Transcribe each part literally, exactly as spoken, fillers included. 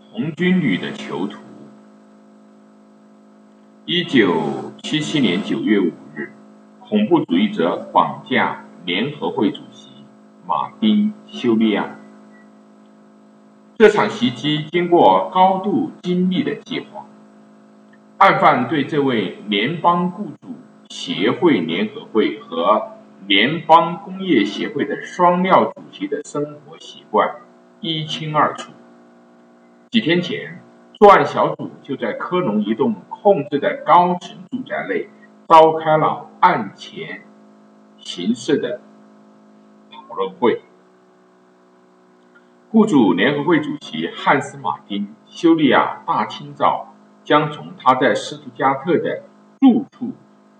红军旅的囚徒。一九七七年九月五日，恐怖主义者绑架联合会主席马丁·修利亚。这场袭击经过高度精密的计划，案犯对这位联邦雇主协会联合会和联邦工业协会的双料主席的生活习惯一清二楚。几天前，作案小组就在科隆一栋控制的高层住宅内召开了案前形式的讨论会。雇主联合会主席汉斯·马丁·修利亚大清早将从他在斯图加特的住处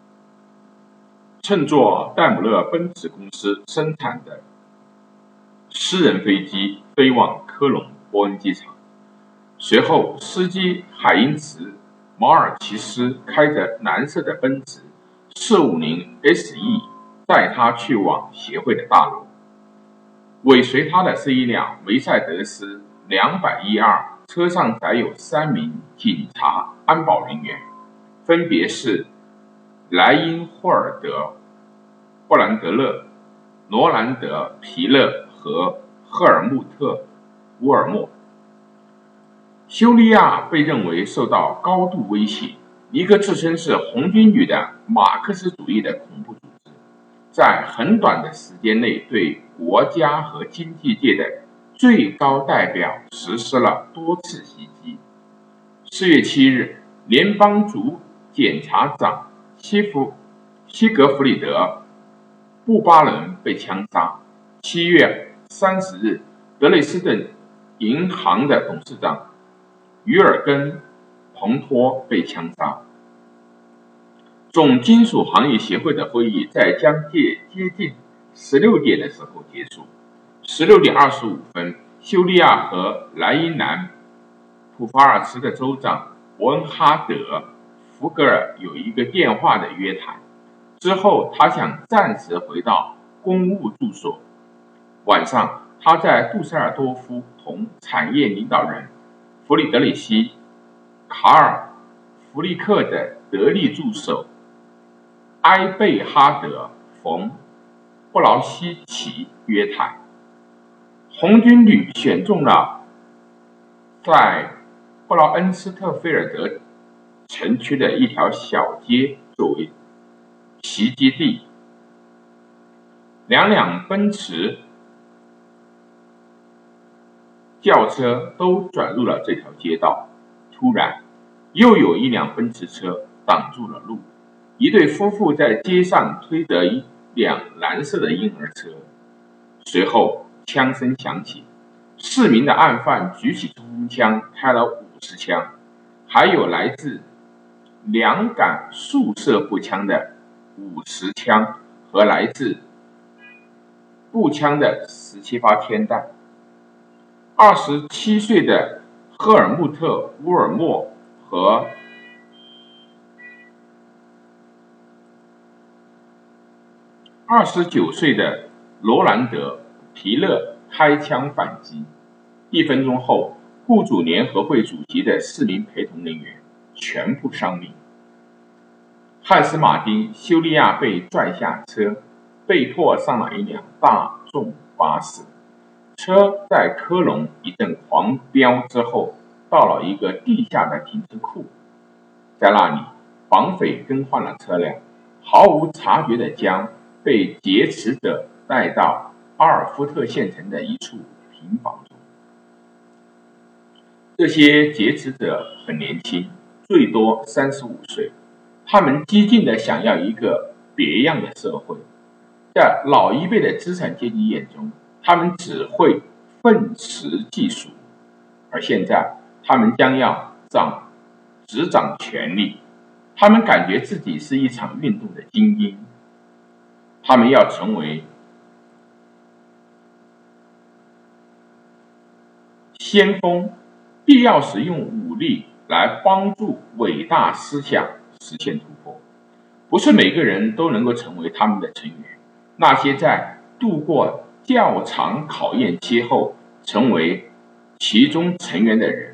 乘坐戴姆勒奔驰公司生产的私人飞机飞往科隆波恩机场。随后，司机海因茨·马尔奇斯开着蓝色的奔驰 四五零 S E 带他去往协会的大楼。尾随他的是一辆梅赛德斯两百一十二，车上载有三名警察安保人员，分别是莱因霍尔德、布兰德勒、罗兰德·皮勒和赫尔穆特·乌尔默。修利亚被认为受到高度威胁，一个自称是红军旅的马克思主义的恐怖组织，在很短的时间内对国家和经济界的最高代表实施了多次袭击。四月七日，联邦主检察长西弗西格弗里德·布巴伦被枪杀。七月三十日，德累斯顿银行的董事长于尔根·彭托被枪杀。总金属行业协会的会议在将近接近十六点的时候结束。十六点二十五分，修利亚和莱茵南普法尔茨的州长伯恩哈德·福格尔有一个电话的约谈，之后他想暂时回到公务住所。晚上，他在杜塞尔多夫同产业领导人弗里德里希·卡尔·弗利克的得力助手埃贝哈德·冯·布劳希奇约谈。红军旅选中了在布劳恩斯特菲尔德城区的一条小街作为袭击地，两辆奔驰轿车都转入了这条街道。突然，又有一辆奔驰车挡住了路，一对夫妇在街上推着一辆蓝色的婴儿车。随后，枪声响起，四名的案犯举起冲锋枪开了五十枪，还有来自两杆速射步枪的五十枪和来自步枪的十七发天弹。二十七岁的赫尔穆特·乌尔默和二十九岁的罗兰德·皮勒开枪反击。一分钟后，雇主联合会主席的四名陪同人员全部丧命。汉斯·马丁·修利亚被拽下车，被迫上了一辆大众巴士。车在科隆一阵狂飙之后，到了一个地下的停车库，在那里，绑匪更换了车辆，毫无察觉地将被劫持者带到阿尔福特县城的一处平房中。这些劫持者很年轻，最多三十五岁，他们激进地想要一个别样的社会。在老一辈的资产阶级眼中，他们只会愤驰技术，而现在他们将要掌执掌权力。他们感觉自己是一场运动的精英，他们要成为先锋，必要时用武力来帮助伟大思想实现突破。不是每个人都能够成为他们的成员，那些在度过较长考验期后成为其中成员的人，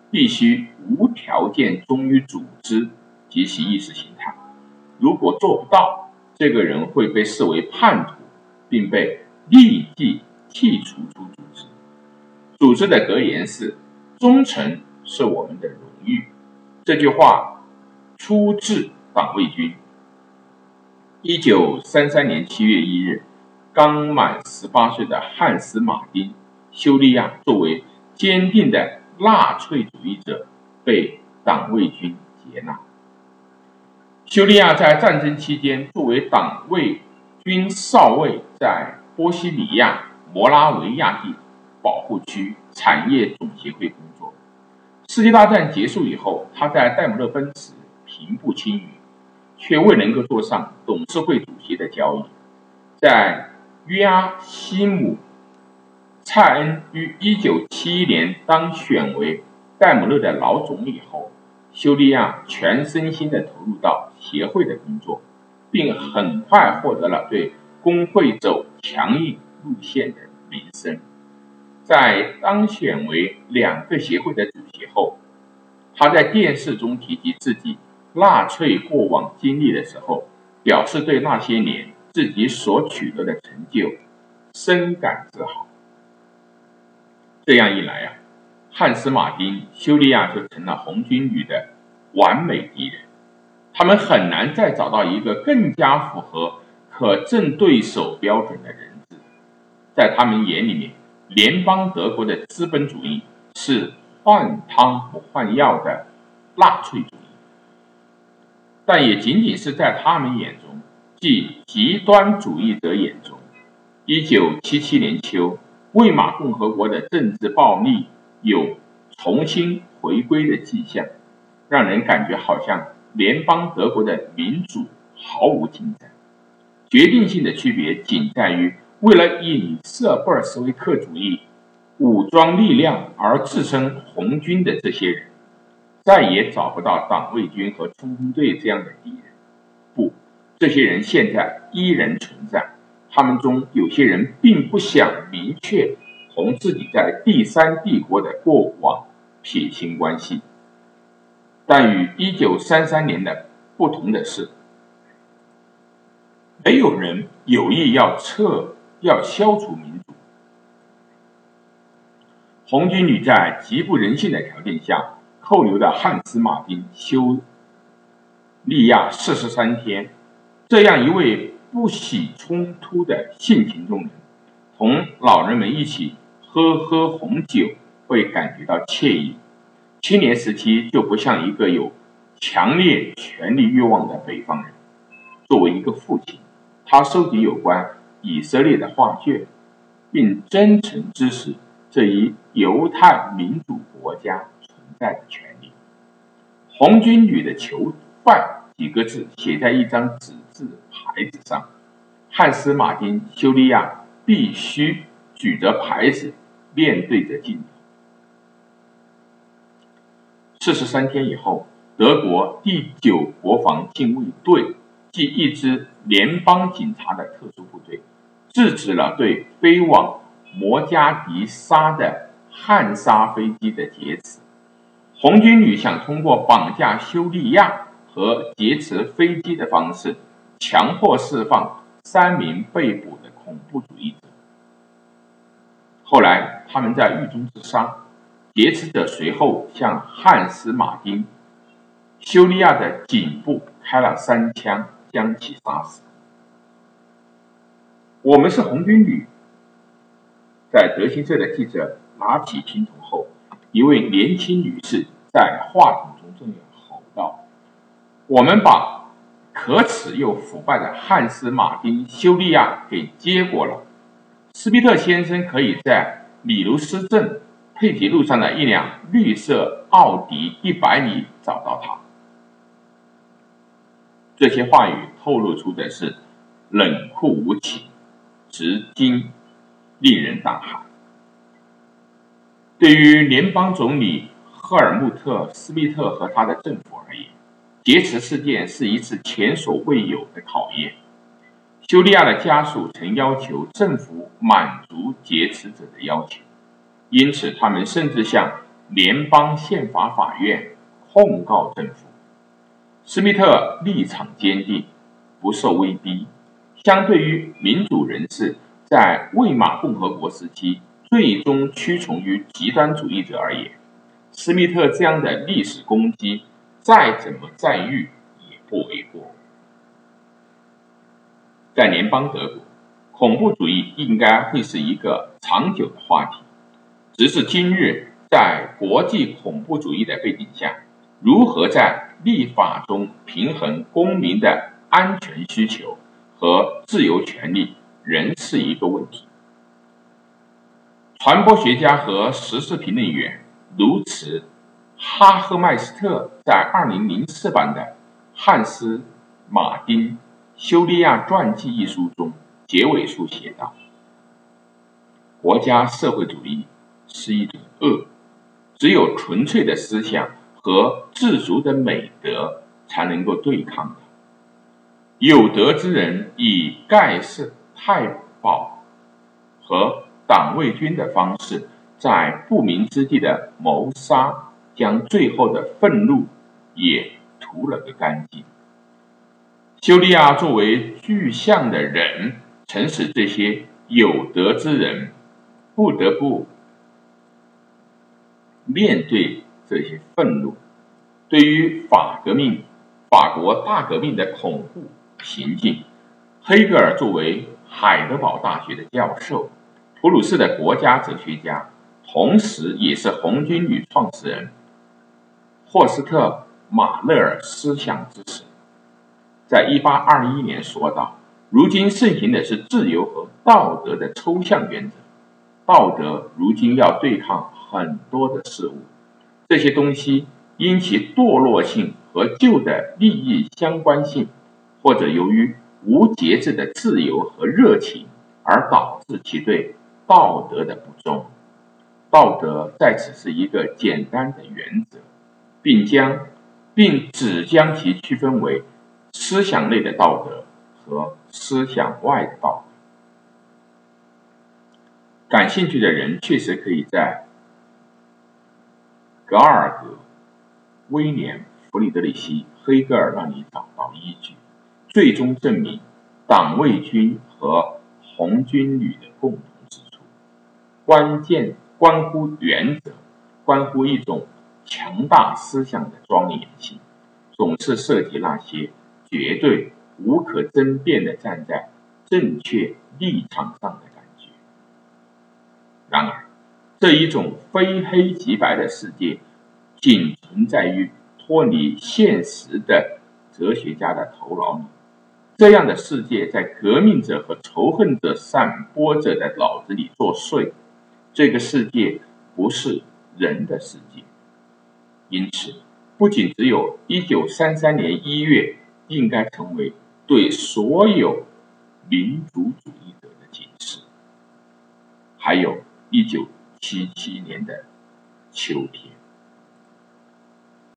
必须无条件忠于组织及其意识形态。如果做不到，这个人会被视为叛徒，并被立即剔除出组织。组织的格言是忠诚是我们的荣誉，这句话出自党卫军。一九三三年七月一日，刚满十八岁的汉斯·马丁·修利亚作为坚定的纳粹主义者被党卫军接纳。修利亚在战争期间作为党卫军少尉，在波西米亚摩拉维亚地保护区产业总协会工作。世界大战结束以后，他在戴姆勒奔驰平步青云，却未能够坐上董事会主席的交椅。在约阿希姆·蔡恩于一九七一年当选为戴姆勒的老总以后，修利亚全身心地投入到协会的工作，并很快获得了对工会走强硬路线的名声。在当选为两个协会的主席后，他在电视中提及自己纳粹过往经历的时候，表示对那些年自己所取得的成就深感自豪。这样一来啊，汉斯·马丁·修利亚就成了红军旅的完美敌人。他们很难再找到一个更加符合可证对手标准的人质。在他们眼里面，联邦德国的资本主义是换汤不换药的纳粹主义，但也仅仅是在他们眼中，即极端主义者眼中。一九七七年秋，魏玛共和国的政治暴力有重新回归的迹象，让人感觉好像联邦德国的民主毫无进展。决定性的区别仅在于，为了影射布尔什维克主义武装力量而自称红军的这些人，再也找不到党卫军和冲锋队这样的敌人。不，这些人现在依然存在，他们中有些人并不想明确同自己在第三帝国的过往撇清关系。但与一九三三年的不同的是，没有人有意要撤要消除民主。红军旅在极不人性的条件下扣留了汉斯·马丁·修利亚四十三天。这样一位不喜冲突的性情中人，同老人们一起喝喝红酒会感觉到惬意。青年时期就不像一个有强烈权力欲望的北方人。作为一个父亲，他收集有关以色列的画卷，并真诚支持这一犹太民主国家存在的权利。红军旅的囚犯几个字写在一张纸质牌子上，汉斯·马丁·修利亚必须举着牌子面对着镜头。四十三天以后，德国第九国防禁卫队即一支联邦警察的特殊部队，制止了对飞往摩加迪沙的汉莎飞机的劫持。红军旅想通过绑架修利亚和劫持飞机的方式，强迫释放三名被捕的恐怖主义者。后来他们在狱中自杀，劫持者随后向汉斯·马丁·修利亚的颈部开了三枪，将其杀死。我们是红军旅，在德新社的记者拿起听筒后，一位年轻女士在话筒中这样吼道：“我们把可耻又腐败的汉斯·马丁·修利亚给接过了。斯皮特先生可以在里卢斯镇佩提路上的一辆绿色奥迪一百里找到他。”这些话语透露出的是冷酷无情，直襟令人胆寒。对于联邦总理赫尔穆特·斯密特和他的政府而言，劫持事件是一次前所未有的考验。修利亚的家属曾要求政府满足劫持者的要求，因此他们甚至向联邦宪法法院控告政府。施密特立场坚定，不受威逼。相对于民主人士在魏玛共和国时期最终屈从于极端主义者而言，施密特这样的历史攻击再怎么赞誉也不为过。在联邦德国，恐怖主义应该会是一个长久的话题，只是今日在国际恐怖主义的背景下，如何在立法中平衡公民的安全需求和自由权利，仍是一个问题。传播学家和时事评论员卢茨·哈赫迈斯特在二零零四版的汉斯·马丁·修利亚传记一书中结尾处写道：国家社会主义是一种恶，只有纯粹的思想和自足的美德才能够对抗它。有德之人以盖世太保和党卫军的方式，在不明之地的谋杀，将最后的愤怒也涂了个干净。修利亚作为具象的人，曾使这些有德之人不得不面对这些愤怒。对于法革命、法国大革命的恐怖行径，黑格尔作为海德堡大学的教授，普鲁士的国家哲学家，同时也是红军女创始人霍斯特·马勒尔思想之神，在一八二一年说道：如今盛行的是自由和道德的抽象原则，道德如今要对抗很多的事物，这些东西因其堕落性和旧的利益相关性，或者由于无节制的自由和热情，而导致其对道德的不忠。道德在此是一个简单的原则，并将并只将其区分为思想类的道德和思想外的道德。感兴趣的人确实可以在格尔格、威廉、弗里德里希、黑格尔那里找到依据，最终证明党卫军和红军旅的共同之处。关键关乎原则，关乎一种强大思想的庄严性，总是涉及那些绝对无可争辩地站在正确立场上的感觉。然而，这一种非黑即白的世界，仅存在于脱离现实的哲学家的头脑里。这样的世界在革命者和仇恨者散播者的脑子里作祟。这个世界不是人的世界，因此，不仅只有一九三三年一月应该成为对所有民族主义者的警示，还有一九七七年的秋天。